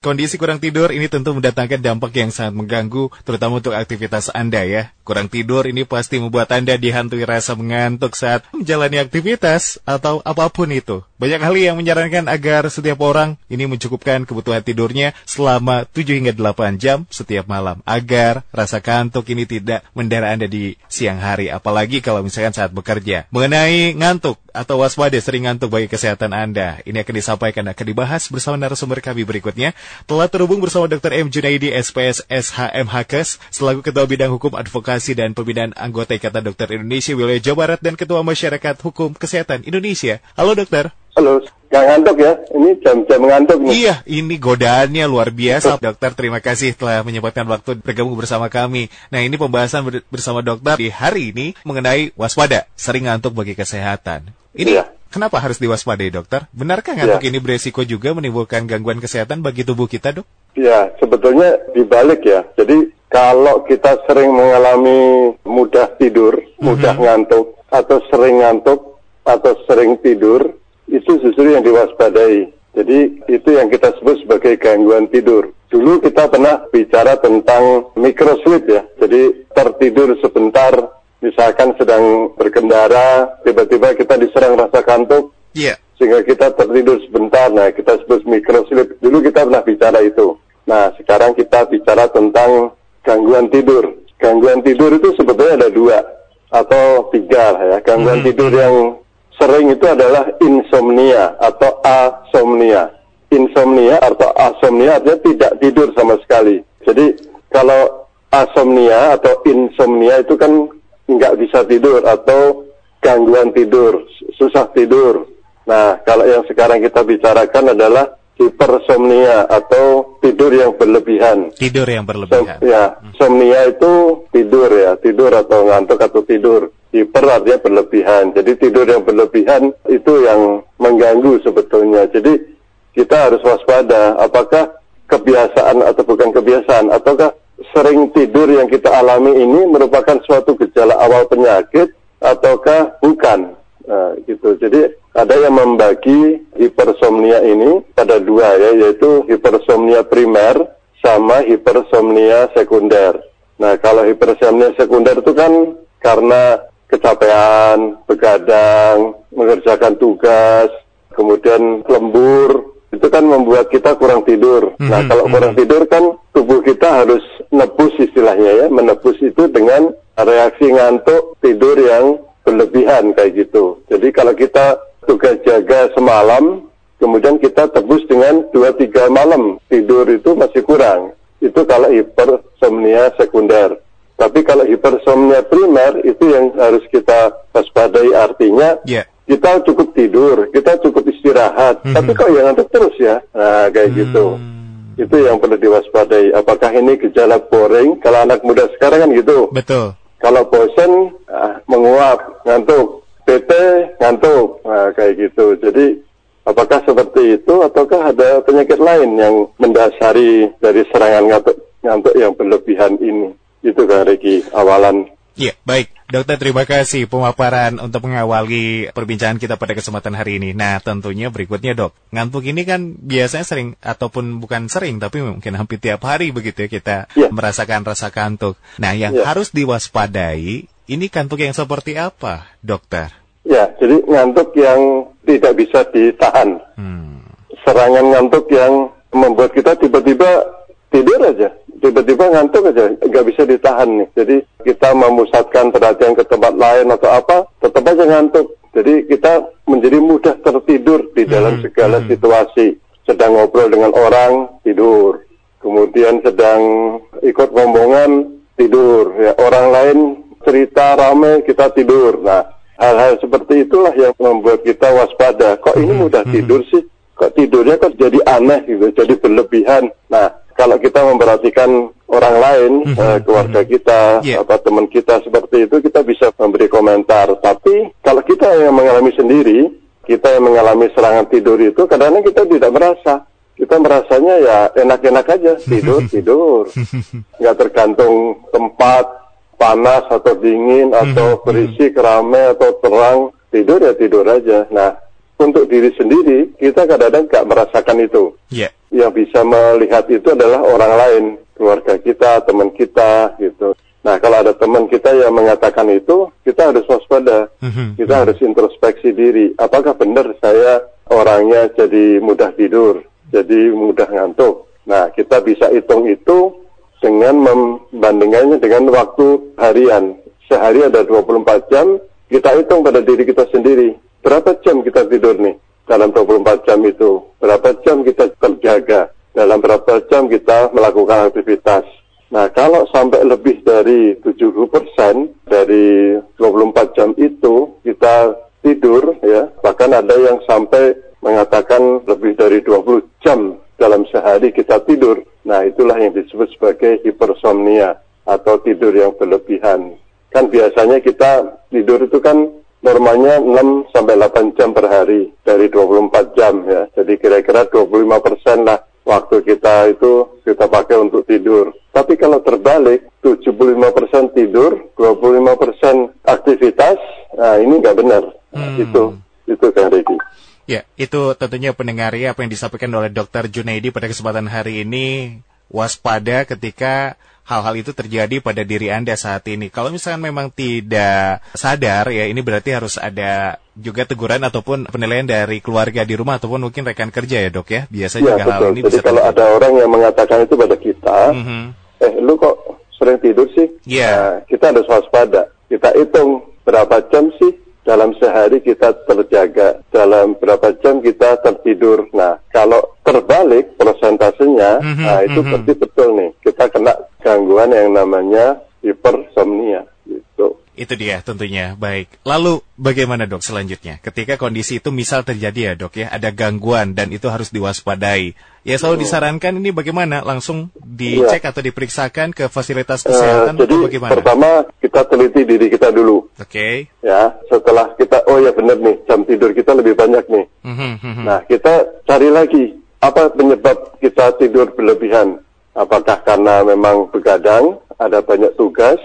Kondisi kurang tidur ini tentu mendatangkan dampak yang sangat mengganggu, terutama untuk aktivitas Anda ya. Kurang tidur ini pasti membuat Anda dihantui rasa mengantuk saat menjalani aktivitas atau apapun itu. Banyak hal yang menyarankan agar setiap orang ini mencukupkan kebutuhan tidurnya selama 7 hingga 8 jam setiap malam, agar rasa kantuk ini tidak mendera Anda di siang hari, apalagi kalau misalkan saat bekerja. Mengenai ngantuk atau waspada sering ngantuk bagi kesehatan Anda, ini akan disampaikan, akan dibahas bersama narasumber kami berikutnya. Telah terhubung bersama Dr. M. Junaidi, SPS, SHM Hakes, selaku Ketua Bidang Hukum Advokasi dan Pembinaan Anggota Ikatan Dokter Indonesia Wilayah Jawa Barat dan Ketua Masyarakat Hukum Kesehatan Indonesia. Halo dokter. Halo, nggak ngantuk ya? Ini jam-jam ngantuk nih. Iya, ini godaannya luar biasa. Dokter, terima kasih telah menyempatkan waktu bergabung bersama kami. Nah, ini pembahasan bersama dokter di hari ini mengenai waspada, sering ngantuk bagi kesehatan. Ini kenapa harus diwaspadai dokter? Benarkah ngantuk ini beresiko juga menimbulkan gangguan kesehatan bagi tubuh kita, dok? Ya, sebetulnya dibalik ya. Jadi kalau kita sering mengalami mudah tidur, mudah ngantuk, atau sering ngantuk, atau sering tidur, itu justru yang diwaspadai. Jadi itu yang kita sebut sebagai gangguan tidur. Dulu kita pernah bicara tentang microsleep ya. Jadi tertidur sebentar, misalkan sedang berkendara, tiba-tiba kita diserang rasa kantuk, sehingga kita tertidur sebentar. Nah, kita sebut microsleep. Dulu kita pernah bicara itu. Nah, sekarang kita bicara tentang gangguan tidur. Gangguan tidur itu sebetulnya ada 2 atau 3 ya. Gangguan tidur yang sering itu adalah insomnia atau asomnia. Insomnia atau asomnia artinya tidak tidur sama sekali. Jadi kalau asomnia atau insomnia itu kan nggak bisa tidur atau gangguan tidur, susah tidur. Nah, kalau yang sekarang kita bicarakan adalah hipersomnia atau tidur yang berlebihan. Tidur yang berlebihan. Somnia itu tidur ya, tidur atau ngantuk atau tidur. Hiper artinya berlebihan. Jadi tidur yang berlebihan itu yang mengganggu sebetulnya. Jadi kita harus waspada apakah kebiasaan atau bukan kebiasaan, ataukah sering tidur yang kita alami ini merupakan suatu gejala awal penyakit ataukah bukan. Nah, gitu. Jadi ada yang membagi hipersomnia ini pada 2 ya, yaitu hipersomnia primer sama hipersomnia sekunder. Nah, kalau hipersomnia sekunder itu kan karena kecapean, begadang, mengerjakan tugas, kemudian lembur, itu kan membuat kita kurang tidur. Nah, kalau kurang tidur kan tubuh kita harus nebus istilahnya ya, menebus itu dengan reaksi ngantuk tidur yang berlebihan kayak gitu. Jadi kalau kita tugas jaga semalam, kemudian kita tebus dengan 2-3 malam tidur itu masih kurang. Itu kalau hipersomnia sekunder. Tapi kalau hipersomnia primer itu yang harus kita waspadai, artinya kita cukup tidur, kita cukup istirahat, tapi kok yang ngantuk terus ya. Nah, kayak gitu. Itu yang perlu diwaspadai. Apakah ini gejala boring? Kalau anak muda sekarang kan gitu. Betul. Kalau bosen, menguap, ngantuk. bete, ngantuk. Nah, kayak gitu. Jadi apakah seperti itu ataukah ada penyakit lain yang mendasari dari serangan ngantuk yang berlebihan ini? Itu kan Riki, awalan. Iya, baik. Dokter, terima kasih pemaparan untuk mengawali perbincangan kita pada kesempatan hari ini. Nah, tentunya berikutnya dok, ngantuk ini kan biasanya sering, ataupun bukan sering, tapi mungkin hampir tiap hari begitu ya kita merasakan rasa kantuk. Nah, yang harus diwaspadai, ini kantuk yang seperti apa, dokter? Ya, jadi ngantuk yang tidak bisa ditahan. Serangan ngantuk yang membuat kita tiba-tiba tidur aja. Tiba-tiba ngantuk aja, nggak bisa ditahan nih. Jadi kita memusatkan perhatian ke tempat lain atau apa, tetap aja ngantuk. Jadi kita menjadi mudah tertidur di dalam segala situasi. Sedang ngobrol dengan orang, tidur. Kemudian sedang ikut rombongan, tidur. Ya, orang lain cerita rame, kita tidur. Nah, hal-hal seperti itulah yang membuat kita waspada. Kok ini mudah tidur sih? Kok tidurnya kok jadi aneh gitu, jadi berlebihan. Nah, kalau kita memperhatikan orang lain, keluarga kita, atau teman kita seperti itu, kita bisa memberi komentar. Tapi kalau kita yang mengalami sendiri, kita yang mengalami serangan tidur itu, kadang-kadang kita tidak merasa. Kita merasanya ya enak-enak aja, tidur. Nggak tergantung tempat, panas atau dingin, atau berisik, rame, atau terang. Tidur ya tidur aja. Nah, untuk diri sendiri, kita kadang-kadang nggak merasakan itu. Yeah. Yang bisa melihat itu adalah orang lain, keluarga kita, teman kita, gitu. Nah, kalau ada teman kita yang mengatakan itu, kita harus waspada. Kita harus introspeksi diri. Apakah benar saya orangnya jadi mudah tidur, jadi mudah ngantuk? Nah, kita bisa hitung itu dengan membandingkannya dengan waktu harian. Sehari ada 24 jam, kita hitung pada diri kita sendiri. Berapa jam kita tidur nih dalam 24 jam itu? Berapa jam kita terjaga? Dalam berapa jam kita melakukan aktivitas? Nah, kalau sampai lebih dari 70% dari 24 jam itu kita tidur, ya, bahkan ada yang sampai mengatakan lebih dari 20 jam dalam sehari kita tidur. Nah, itulah yang disebut sebagai hipersomnia atau tidur yang berlebihan. Kan biasanya kita tidur itu kan normalnya 6-8 jam per hari dari 24 jam ya. Jadi kira-kira 25% lah waktu kita itu kita pakai untuk tidur. Tapi kalau terbalik 75% tidur, 25% aktivitas, nah ini nggak benar. Itu kan Ricky. Ya, itu tentunya pendengar ya apa yang disampaikan oleh Dr. Junaidi pada kesempatan hari ini. Waspada ketika hal-hal itu terjadi pada diri Anda saat ini. Kalau misalkan memang tidak sadar, ya ini berarti harus ada juga teguran ataupun penilaian dari keluarga di rumah ataupun mungkin rekan kerja ya dok ya. Biasanya ya, hal ini jadi bisa kalau terjadi. Ada orang yang mengatakan itu pada kita, lu kok sering tidur sih? Nah, kita harus waspada. Kita hitung berapa jam sih dalam sehari kita terjaga, dalam berapa jam kita tertidur. Nah, kalau terbalik persentasenya, nah itu berarti betul nih, kita kena gangguan yang namanya hipersomnia. Gitu. Itu dia tentunya, baik. Lalu bagaimana dok selanjutnya? Ketika kondisi itu misal terjadi ya dok ya, ada gangguan dan itu harus diwaspadai. Ya selalu disarankan ini bagaimana? Langsung dicek atau diperiksakan ke fasilitas kesehatan jadi atau bagaimana? Pertama kita teliti diri kita dulu. Oke. Ya, setelah kita, oh ya benar nih, jam tidur kita lebih banyak nih. Nah, kita cari lagi, apa penyebab kita tidur berlebihan? Apakah karena memang begadang, ada banyak tugas,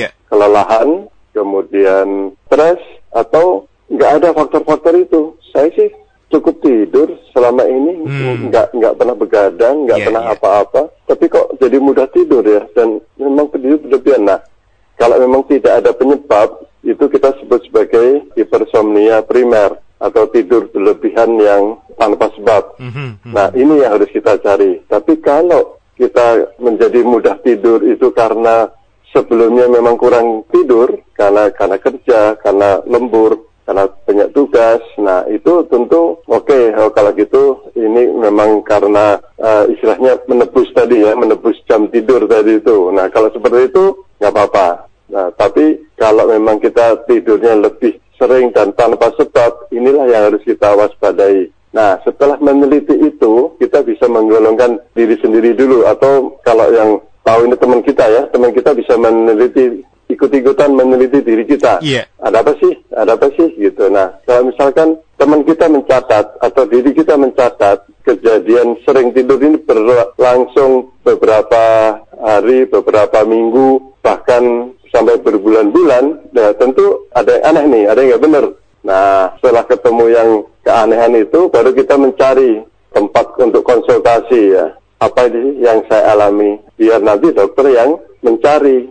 kelelahan, kemudian stres, atau nggak ada faktor-faktor itu? Saya sih cukup tidur selama ini, nggak pernah begadang, nggak pernah apa-apa, tapi kok jadi mudah tidur ya, dan memang tidur berlebihan. Nah, kalau memang tidak ada penyebab, itu kita sebut sebagai hipersomnia primer atau tidur berlebihan yang tanpa sebab. Nah, ini yang harus kita cari. Tapi kalau kita menjadi mudah tidur itu karena sebelumnya memang kurang tidur, karena kerja, karena lembur, karena banyak tugas, nah itu tentu kalau gitu ini memang karena istilahnya menebus tadi ya, menebus jam tidur tadi itu. Nah kalau seperti itu nggak apa-apa. Nah tapi kalau memang kita tidurnya lebih sering dan tanpa sebab, inilah yang harus kita waspadai. Nah setelah meneliti itu, kita bisa menggolongkan diri sendiri dulu, atau kalau yang tahu ini teman kita ya, teman kita bisa meneliti, ikut-ikutan meneliti diri kita. Ada apa sih gitu. Nah, kalau misalkan teman kita mencatat atau diri kita mencatat kejadian sering tidur ini berlangsung beberapa hari, beberapa minggu, bahkan sampai berbulan-bulan, nah tentu ada yang aneh nih, ada yang nggak benar. Nah, setelah ketemu yang keanehan itu, baru kita mencari tempat untuk konsultasi ya. Apa ini yang saya alami? Biar nanti dokter yang mencari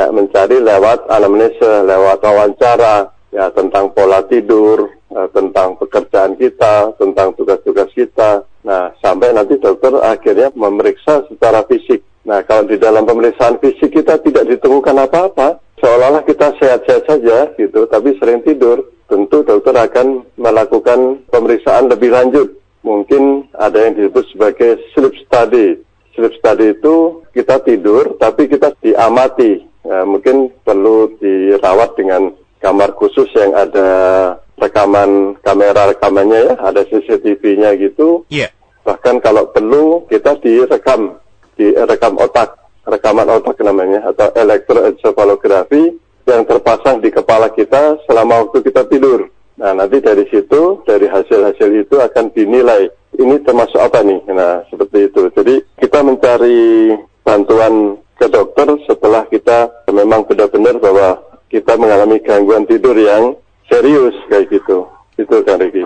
lewat anamnesa, lewat wawancara, ya tentang pola tidur, tentang pekerjaan kita, tentang tugas-tugas kita. Nah, sampai nanti dokter akhirnya memeriksa secara fisik. Nah, kalau di dalam pemeriksaan fisik kita tidak ditemukan apa-apa, seolah-olah kita sehat-sehat saja gitu, tapi sering tidur, tentu dokter akan melakukan pemeriksaan lebih lanjut. Mungkin ada yang disebut sebagai sleep study. Sleep study itu kita tidur, tapi kita diamati. Mungkin perlu dirawat dengan kamar khusus yang ada rekaman kamera rekamannya ya, ada CCTV-nya gitu. Bahkan kalau perlu kita direkam otak, rekaman otak namanya, atau elektroencephalografi yang terpasang di kepala kita selama waktu kita tidur. Nah, nanti dari situ, dari hasil-hasil itu akan dinilai, ini termasuk apa nih? Nah, seperti itu. Jadi, kita mencari bantuan ke dokter setelah kita memang benar-benar bahwa kita mengalami gangguan tidur yang serius, kayak gitu. Itu kan, Ricky.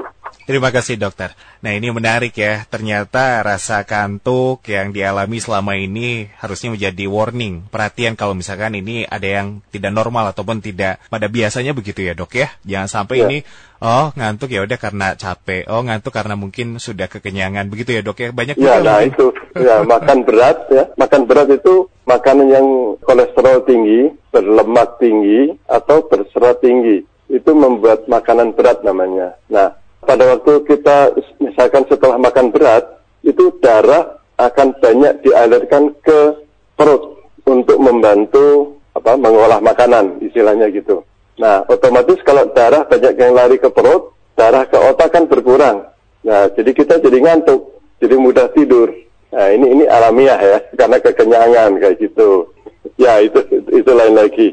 Terima kasih dokter. Nah ini menarik ya, ternyata rasa kantuk yang dialami selama ini harusnya menjadi warning, perhatian kalau misalkan ini ada yang tidak normal ataupun tidak pada biasanya begitu ya dok ya. Jangan sampai ini, ngantuk ya udah karena capek, ngantuk karena mungkin sudah kekenyangan, begitu ya dok ya. Banyak ya, nah mungkin. Itu ya makan berat ya, makan berat itu makanan yang kolesterol tinggi, berlemak tinggi, atau berserat tinggi. Itu membuat makanan berat namanya. Nah, pada waktu kita misalkan setelah makan berat, itu darah akan banyak dialirkan ke perut untuk membantu mengolah makanan, istilahnya gitu. Nah, otomatis kalau darah banyak yang lari ke perut, darah ke otak kan berkurang. Nah, jadi kita jadi ngantuk, jadi mudah tidur. Nah, ini alamiah ya, karena kekenyangan kayak gitu. Ya, itu lain lagi.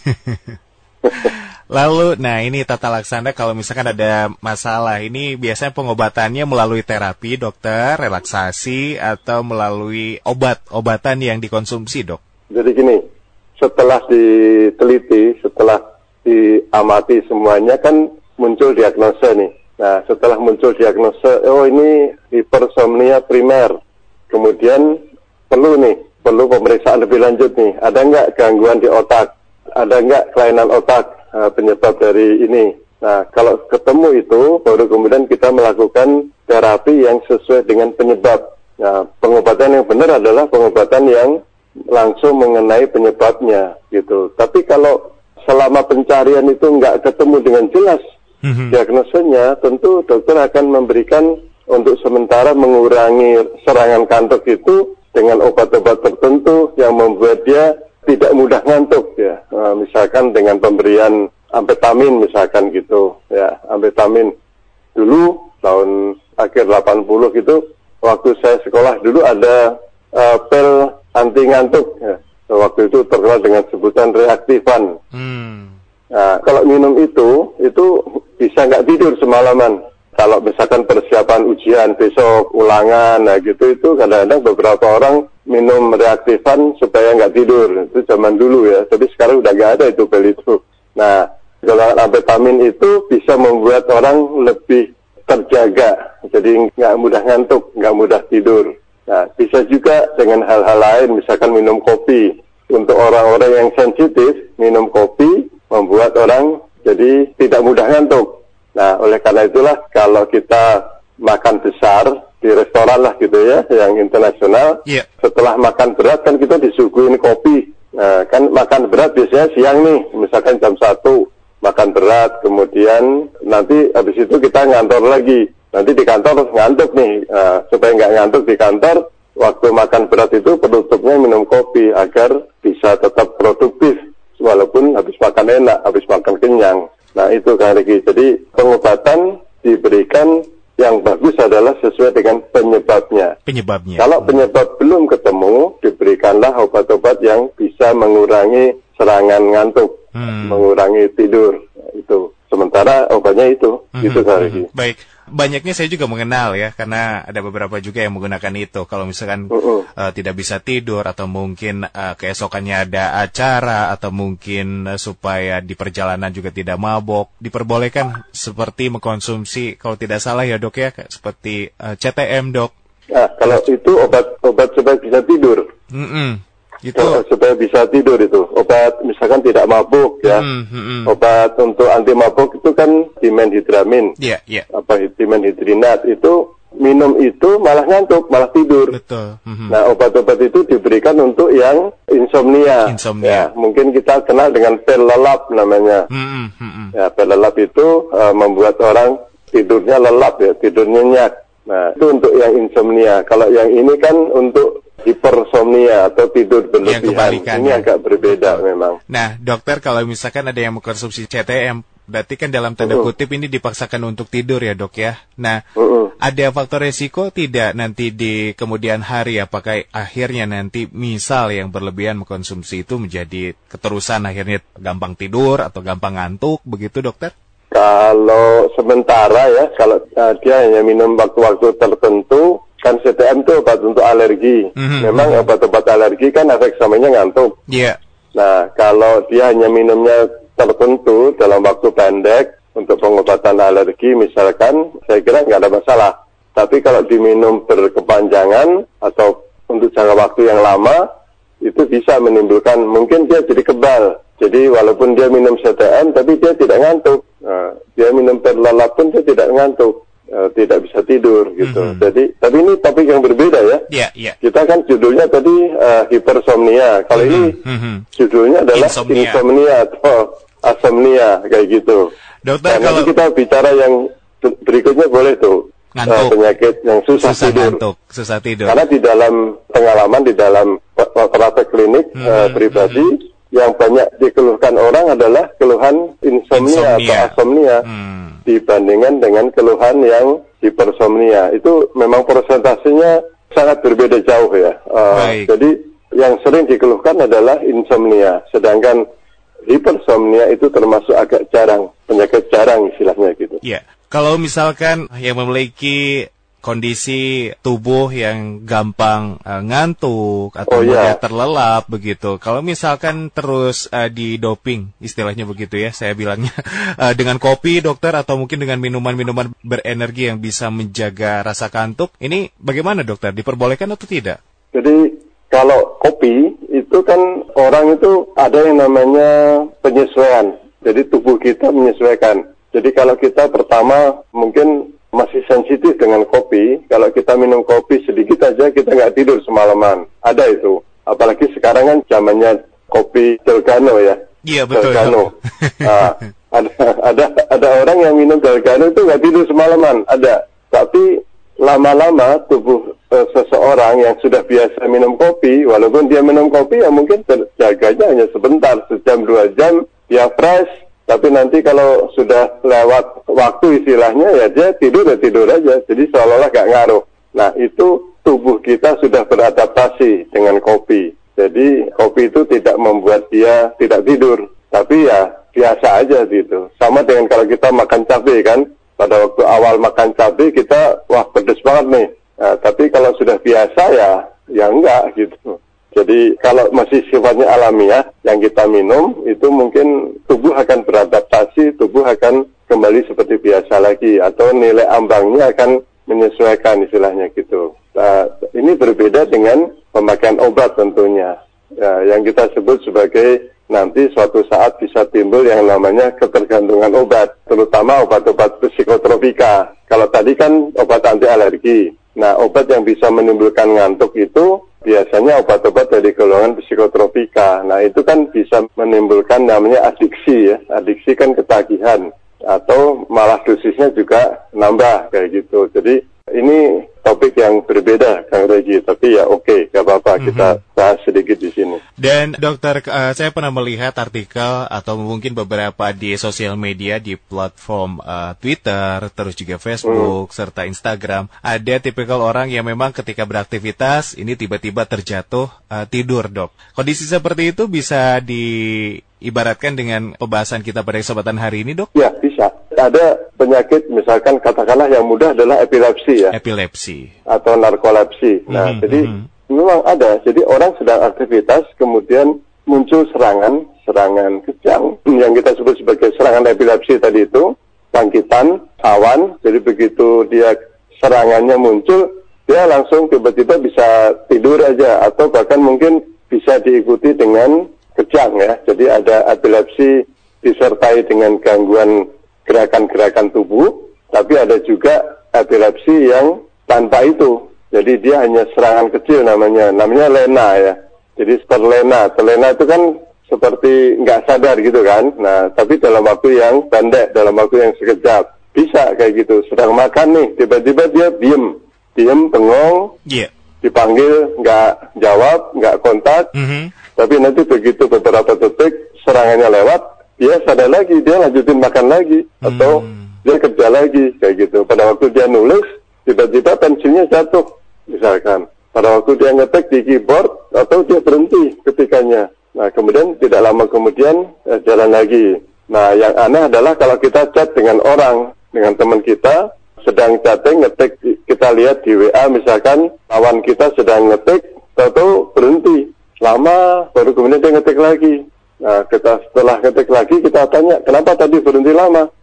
Lalu, nah ini tata laksana kalau misalkan ada masalah, ini biasanya pengobatannya melalui terapi dokter, relaksasi, atau melalui obat-obatan yang dikonsumsi dok? Jadi gini, setelah diteliti, setelah diamati semuanya kan muncul diagnosa nih. Nah setelah muncul diagnosa, ini hipersomnia primer, kemudian perlu pemeriksaan lebih lanjut nih, ada nggak gangguan di otak, ada nggak kelainan otak, penyebab dari ini. Nah, kalau ketemu itu, baru kemudian kita melakukan terapi yang sesuai dengan penyebab. Nah, pengobatan yang benar adalah pengobatan yang langsung mengenai penyebabnya, gitu. Tapi kalau selama pencarian itu nggak ketemu dengan jelas diagnosanya, tentu dokter akan memberikan untuk sementara mengurangi serangan kantuk itu dengan obat-obat tertentu yang membuat dia tidak mudah ngantuk ya, misalkan dengan pemberian amfetamin misalkan gitu ya, amfetamin. Dulu tahun akhir 80 gitu, waktu saya sekolah dulu ada pil anti ngantuk ya. Waktu itu terkenal dengan sebutan reaktifan. Nah, kalau minum itu bisa nggak tidur semalaman. Kalau misalkan persiapan ujian besok ulangan, nah gitu, itu kadang-kadang beberapa orang minum reaktifan supaya nggak tidur. Itu zaman dulu ya, tapi sekarang udah nggak ada itu pil itu. Nah, golongan amfetamin itu bisa membuat orang lebih terjaga, jadi nggak mudah ngantuk, nggak mudah tidur. Nah, bisa juga dengan hal-hal lain, misalkan minum kopi. Untuk orang-orang yang sensitif, minum kopi membuat orang jadi tidak mudah ngantuk. Nah, oleh karena itulah kalau kita makan besar di restoran lah gitu ya, yang internasional, setelah makan berat kan kita disuguhin kopi. Nah, kan makan berat biasanya siang nih, misalkan jam 1 makan berat, kemudian nanti habis itu kita ngantor lagi. Nanti di kantor ngantuk nih, supaya nggak ngantuk di kantor, waktu makan berat itu penutupnya minum kopi agar bisa tetap produktif, walaupun habis makan enak, habis makan kenyang. Nah itu kan Riki, jadi pengobatan diberikan yang bagus adalah sesuai dengan penyebabnya. Kalau penyebab belum ketemu, diberikanlah obat-obat yang bisa mengurangi serangan ngantuk, mengurangi tidur. Itu sementara obatnya itu kan Riki. Baik. Banyaknya saya juga mengenal ya, karena ada beberapa juga yang menggunakan itu. Kalau misalkan tidak bisa tidur, atau mungkin keesokannya ada acara, atau mungkin supaya di perjalanan juga tidak mabok, diperbolehkan seperti mengkonsumsi, kalau tidak salah ya dok ya, seperti CTM dok. Nah, kalau itu obat supaya bisa tidur. Gitu. Supaya bisa tidur itu. Obat misalkan tidak mabuk ya. Obat untuk anti mabuk itu kan dimenhidramin. Dimenhidrinat itu minum itu malah ngantuk, malah tidur. Betul. Nah, obat-obat itu diberikan untuk yang insomnia. Ya, mungkin kita kenal dengan pil lelap namanya. Ya, pil lelap itu membuat orang tidurnya lelap ya, tidur nyenyak. Nah, itu untuk yang insomnia. Kalau yang ini kan untuk hipersomnia atau tidur berlebihan. Ini agak berbeda memang. Nah, dokter, kalau misalkan ada yang mengkonsumsi CTM, berarti kan dalam tanda kutip ini dipaksakan untuk tidur ya dok ya. Nah, ada faktor resiko tidak nanti di kemudian hari, apakah akhirnya nanti misal yang berlebihan mengkonsumsi itu menjadi keterusan akhirnya gampang tidur atau gampang ngantuk, begitu dokter? Kalau sementara ya, kalau dia hanya minum waktu-waktu tertentu, kan CTM itu obat untuk alergi. Memang obat-obat alergi kan efek sampingnya ngantuk. Nah, kalau dia hanya minumnya tertentu dalam waktu pendek, untuk pengobatan alergi misalkan, saya kira nggak ada masalah. Tapi kalau diminum berkepanjangan atau untuk jangka waktu yang lama, itu bisa menimbulkan, mungkin dia jadi kebal. Jadi walaupun dia minum CTM, tapi dia tidak ngantuk. Nah, dia minum perlalap pun dia tidak ngantuk. Tidak bisa tidur gitu. Jadi, tapi ini topik yang berbeda ya. Kita kan judulnya tadi hipersomnia. Kalau ini judulnya adalah insomnia atau asomnia kayak gitu. Dokter, nah, nanti kita bicara yang berikutnya boleh tuh. Penyakit yang susah tidur. Susah tidur. Karena di dalam pengalaman, di dalam praktek klinik pribadi, yang banyak dikeluhkan orang adalah keluhan insomnia. Atau asomnia dibandingkan dengan keluhan yang hipersomnia. Itu memang persentasenya sangat berbeda jauh ya. Jadi yang sering dikeluhkan adalah insomnia, sedangkan hipersomnia itu termasuk agak jarang, penyakit jarang istilahnya gitu. Iya. Kalau misalkan yang memiliki kondisi tubuh yang gampang ngantuk atau mudah terlelap begitu. Kalau misalkan terus didoping, istilahnya begitu ya, saya bilangnya dengan kopi, dokter, atau mungkin dengan minuman-minuman berenergi yang bisa menjaga rasa kantuk, ini bagaimana dokter? Diperbolehkan atau tidak? Jadi kalau kopi itu kan orang itu ada yang namanya penyesuaian. Jadi tubuh kita menyesuaikan. Jadi kalau kita pertama mungkin masih sensitif dengan kopi, kalau kita minum kopi sedikit aja kita nggak tidur semalaman. Ada itu. Apalagi sekarang kan zamannya kopi Delgano ya. Iya betul. Delgano. Nah, ada orang yang minum Delgano itu nggak tidur semalaman. Ada. Tapi lama-lama tubuh seseorang yang sudah biasa minum kopi, walaupun dia minum kopi ya mungkin terjaganya hanya sebentar, sejam 2 jam, dia fresh. Tapi nanti kalau sudah lewat waktu istilahnya ya dia tidur aja. Jadi seolah-olah gak ngaruh. Nah itu tubuh kita sudah beradaptasi dengan kopi. Jadi kopi itu tidak membuat dia tidak tidur. Tapi ya biasa aja gitu. Sama dengan kalau kita makan cabai kan. Pada waktu awal makan cabai kita wah pedes banget nih. Nah, tapi kalau sudah biasa ya enggak gitu. Jadi kalau masih sifatnya alamiah yang kita minum itu mungkin tubuh akan beradaptasi, tubuh akan kembali seperti biasa lagi atau nilai ambangnya akan menyesuaikan istilahnya gitu. Nah, ini berbeda dengan pemakaian obat tentunya. Ya, yang kita sebut sebagai nanti suatu saat bisa timbul yang namanya ketergantungan obat, terutama obat-obat psikotropika. Kalau tadi kan obat anti alergi. Nah, obat yang bisa menimbulkan ngantuk itu biasanya obat-obat dari golongan psikotropika. Nah, itu kan bisa menimbulkan namanya adiksi ya. Adiksi kan ketagihan atau malah dosisnya juga nambah kayak gitu. Jadi ini topik yang berbeda, Kang Regi, tapi ya oke, gak apa-apa, kita bahas sedikit di sini. Dan dokter, saya pernah melihat artikel atau mungkin beberapa di sosial media, di platform Twitter, terus juga Facebook, serta Instagram, ada tipikal orang yang memang ketika beraktivitas, ini tiba-tiba terjatuh tidur, dok. Kondisi seperti itu bisa diibaratkan dengan pembahasan kita pada kesempatan hari ini, dok? Ya, bisa. Ada penyakit, misalkan katakanlah yang mudah adalah epilepsi ya. Epilepsi. Atau narkolepsi. Nah, jadi memang ada. Jadi orang sedang aktivitas, kemudian muncul serangan kejang, yang kita sebut sebagai serangan epilepsi tadi itu, bangkitan, awan. Jadi begitu dia serangannya muncul, dia langsung tiba-tiba bisa tidur aja, atau bahkan mungkin bisa diikuti dengan kejang ya. Jadi ada epilepsi disertai dengan gangguan gerakan-gerakan tubuh, tapi ada juga epilepsi yang tanpa itu. Jadi dia hanya serangan kecil namanya lena ya. Jadi terlena itu kan seperti nggak sadar gitu kan. Nah, tapi dalam waktu yang pendek, dalam waktu yang sekejap. Bisa kayak gitu. Sedang makan nih, tiba-tiba dia diem, bengong, dipanggil nggak jawab, nggak kontak. Tapi nanti begitu beberapa detik serangannya lewat, dia sadar lagi, dia lanjutin makan lagi, atau dia kerja lagi, kayak gitu. Pada waktu dia nulis, tiba-tiba pensilnya jatuh, misalkan. Pada waktu dia ngetik di keyboard, atau dia berhenti ketikanya. Nah, kemudian tidak lama kemudian, jalan lagi. Nah, yang aneh adalah kalau kita chat dengan orang, dengan teman kita, sedang chatting, ngetik, kita lihat di WA, misalkan, kawan kita sedang ngetik, atau berhenti. Lama, baru kemudian dia ngetik lagi. Nah, setelah ketik lagi kita tanya, kenapa tadi berhenti lama?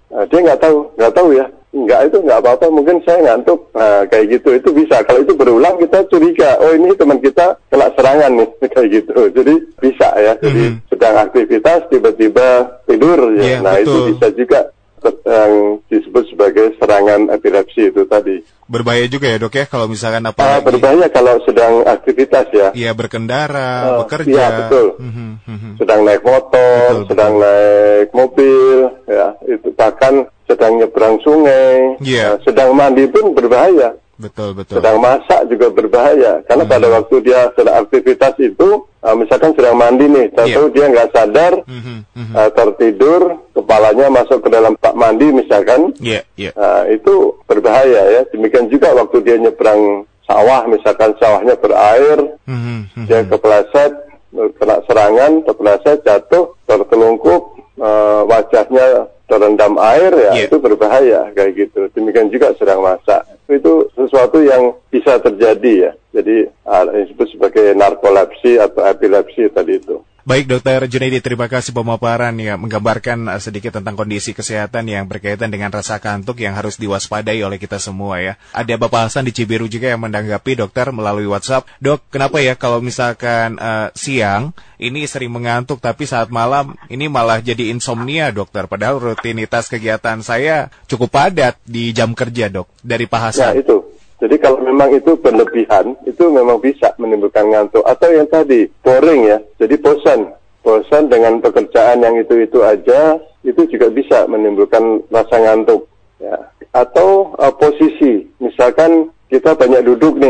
Dia nggak tahu ya. Enggak, itu nggak apa-apa, mungkin saya ngantuk. Nah, kayak gitu, itu bisa. Kalau itu berulang, kita curiga, oh ini teman kita kena serangan nih, kayak gitu. Jadi bisa ya, jadi sedang aktivitas, tiba-tiba tidur ya. Nah, betul. Itu bisa juga yang disebut sebagai serangan epilepsi itu tadi. Berbahaya juga ya dok ya, kalau misalkan apa? Berbahaya kalau sedang aktivitas ya. Iya, berkendara, bekerja. Iya, betul. Sedang naik motor, sedang naik mobil, ya, itu bahkan sedang nyebrang sungai, sedang mandi pun berbahaya. Betul. Sedang masak juga berbahaya, karena pada waktu dia sedang aktivitas itu, misalkan sedang mandi nih, tahu dia nggak sadar, tertidur, kepalanya masuk ke dalam bak mandi misalkan, itu berbahaya ya. Demikian juga waktu dia nyebrang sawah, misalkan sawahnya berair, dia kepleset, kena serangan, kepleset, jatuh, tertelungkup, wajahnya terendam air ya, itu berbahaya kayak gitu. Demikian juga sedang masak. Itu sesuatu yang bisa terjadi ya. Jadi disebut sebagai narkolepsi atau epilepsi tadi itu. Baik Dokter Junaidi, terima kasih pemaparan yang menggambarkan sedikit tentang kondisi kesehatan yang berkaitan dengan rasa kantuk yang harus diwaspadai oleh kita semua ya. Ada Bapak Hasan di Cibiru juga yang menanggapi dokter melalui WhatsApp. Dok, kenapa ya kalau misalkan siang ini sering mengantuk tapi saat malam ini malah jadi insomnia dokter. Padahal rutinitas kegiatan saya cukup padat di jam kerja dok. Dari Pak Hasan. Ya itu. Jadi kalau memang itu berlebihan, itu memang bisa menimbulkan ngantuk. Atau yang tadi, boring ya, jadi bosan dengan pekerjaan yang itu aja, itu juga bisa menimbulkan rasa ngantuk. Ya. Atau posisi, misalkan kita banyak duduk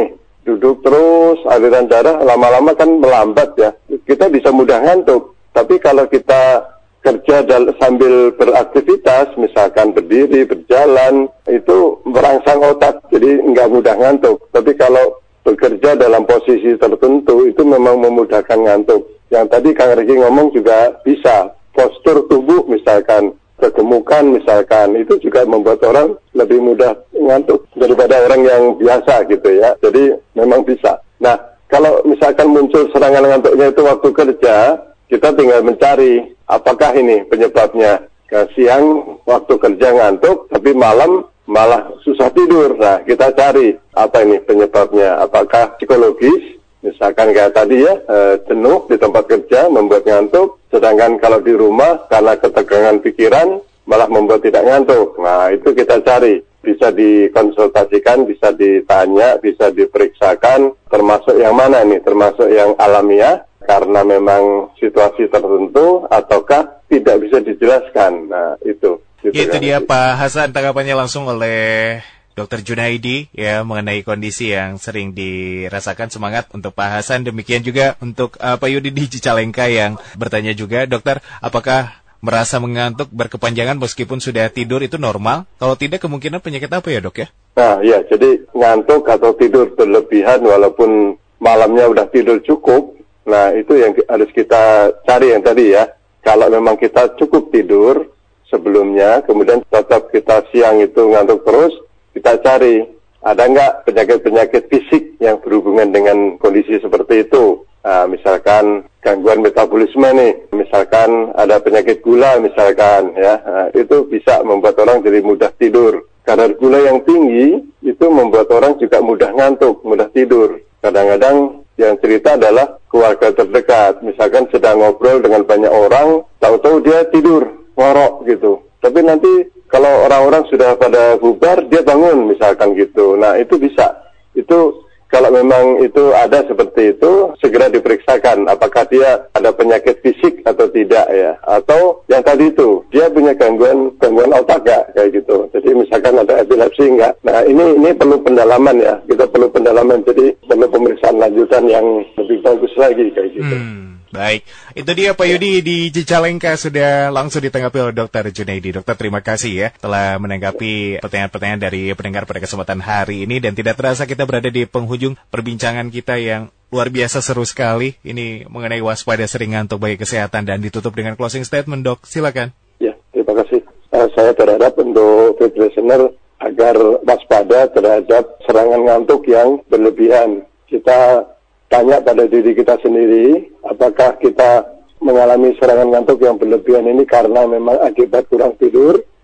terus, aliran darah lama-lama kan melambat ya, kita bisa mudah ngantuk. Tapi kalau kita kerja sambil beraktivitas, misalkan berdiri, berjalan, itu merangsang otak, jadi nggak mudah ngantuk. Tapi kalau bekerja dalam posisi tertentu, itu memang memudahkan ngantuk. Yang tadi Kang Riki ngomong juga bisa, postur tubuh misalkan, kegemukan misalkan, itu juga membuat orang lebih mudah ngantuk daripada orang yang biasa gitu ya. Jadi memang bisa. Nah, kalau misalkan muncul serangan ngantuknya itu waktu kerja, kita tinggal mencari apakah ini penyebabnya. Siang waktu kerja ngantuk, tapi malam malah susah tidur. Nah, kita cari apa ini penyebabnya. Apakah psikologis, misalkan kayak tadi ya, jenuh di tempat kerja membuat ngantuk. Sedangkan kalau di rumah karena ketegangan pikiran malah membuat tidak ngantuk. Nah, itu kita cari. Bisa dikonsultasikan, bisa ditanya, bisa diperiksakan. Termasuk yang mana nih? Termasuk yang alamiah, karena memang situasi tertentu, ataukah tidak bisa dijelaskan. Nah, itu. Itu dia Pak Hasan, tanggapannya langsung oleh Dr. Junaidi ya mengenai kondisi yang sering dirasakan. Semangat untuk Pak Hasan. Demikian juga untuk Pak Yudi di Cicalengka yang bertanya juga, dokter, apakah merasa mengantuk berkepanjangan meskipun sudah tidur itu normal? Kalau tidak, kemungkinan penyakit apa ya dok ya? Nah ya, jadi ngantuk atau tidur berlebihan walaupun malamnya udah tidur cukup, nah itu yang harus kita cari yang tadi ya. Kalau memang kita cukup tidur sebelumnya, kemudian tetap kita siang itu ngantuk terus, kita cari ada nggak penyakit-penyakit fisik yang berhubungan dengan kondisi seperti itu. Nah, misalkan gangguan metabolisme nih, misalkan ada penyakit gula misalkan ya, nah, itu bisa membuat orang jadi mudah tidur. Kadar gula yang tinggi itu membuat orang juga mudah ngantuk, mudah tidur. Kadang-kadang yang cerita adalah keluarga terdekat, misalkan sedang ngobrol dengan banyak orang, tahu-tahu dia tidur, ngorok gitu. Tapi nanti kalau orang-orang sudah pada bubar, dia bangun misalkan gitu. Nah, itu bisa. Itu kalau memang itu ada seperti itu, segera diperiksakan apakah dia ada penyakit fisik atau tidak ya. Atau yang tadi itu, dia punya gangguan otak nggak, kayak gitu. Jadi misalkan ada epilepsi nggak. Nah ini perlu pendalaman ya, kita perlu pendalaman. Jadi perlu pemeriksaan lanjutan yang lebih bagus lagi kayak gitu. Baik, itu dia Pak Yudi di Cicalengka sudah langsung ditanggapi oleh Dr. Junaidi. Dokter, terima kasih ya telah menanggapi pertanyaan-pertanyaan dari pendengar pada kesempatan hari ini. Dan tidak terasa kita berada di penghujung perbincangan kita yang luar biasa seru sekali. Ini mengenai waspada sering ngantuk bagi kesehatan, dan ditutup dengan closing statement, Dok. Silakan. Ya, terima kasih. Saya berharap untuk listener agar waspada terhadap serangan ngantuk yang berlebihan. Kita tanya pada diri kita sendiri, apakah kita mengalami serangan ngantuk yang berlebihan ini karena memang akibat kurang tidur,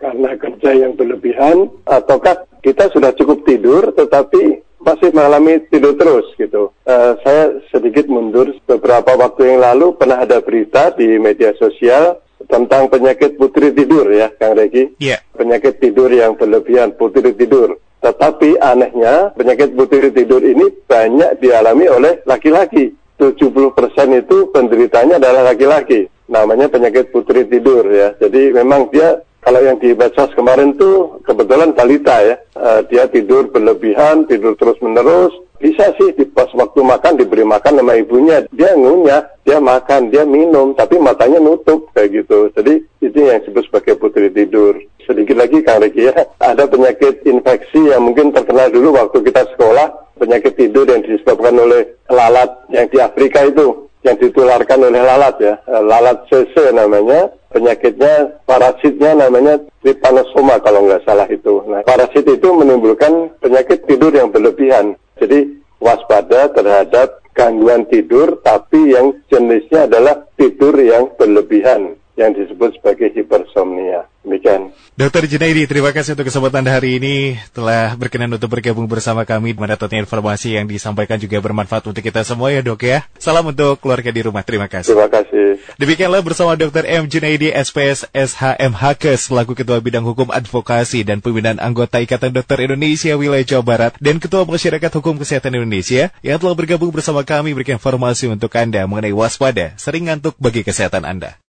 karena kerja yang berlebihan, ataukah kita sudah cukup tidur tetapi masih mengalami tidur terus gitu. Saya sedikit mundur, beberapa waktu yang lalu pernah ada berita di media sosial tentang penyakit putri tidur ya, Kang Regi. Iya. Penyakit tidur yang berlebihan, putri tidur. Tetapi anehnya penyakit putri tidur ini banyak dialami oleh laki-laki. 70% itu penderitanya adalah laki-laki. Namanya penyakit putri tidur ya. Jadi memang dia, kalau yang di medsos kemarin tuh kebetulan balita ya. Dia tidur berlebihan, tidur terus-menerus. Bisa sih di pas waktu makan diberi makan sama ibunya. Dia ngunyah, dia makan, dia minum, tapi matanya nutup kayak gitu. Jadi itu yang disebut sebagai putri tidur. Sedikit lagi Kang Regi ya, ada penyakit infeksi yang mungkin terkenal dulu waktu kita sekolah. Penyakit tidur yang disebabkan oleh lalat yang di Afrika itu. Yang ditularkan oleh lalat ya, lalat CC namanya, penyakitnya, parasitnya namanya trypanosoma kalau nggak salah itu. Nah, parasit itu menimbulkan penyakit tidur yang berlebihan. Jadi waspada terhadap gangguan tidur, tapi yang jenisnya adalah tidur yang berlebihan, yang disebut sebagai hipersomnia. Demikian. Dr. Junaidi, terima kasih untuk kesempatan hari ini telah berkenan untuk bergabung bersama kami. Mendapatkan informasi yang disampaikan juga bermanfaat untuk kita semua ya dok ya. Salam untuk keluarga di rumah, terima kasih. Terima kasih. Demikianlah bersama Dr. M. Junaidi, SPS, SHMHKes, selaku Ketua Bidang Hukum Advokasi dan Pembinaan Anggota Ikatan Dokter Indonesia Wilayah Jawa Barat dan Ketua Masyarakat Hukum Kesehatan Indonesia yang telah bergabung bersama kami berikan informasi untuk Anda mengenai waspada, sering ngantuk bagi kesehatan Anda.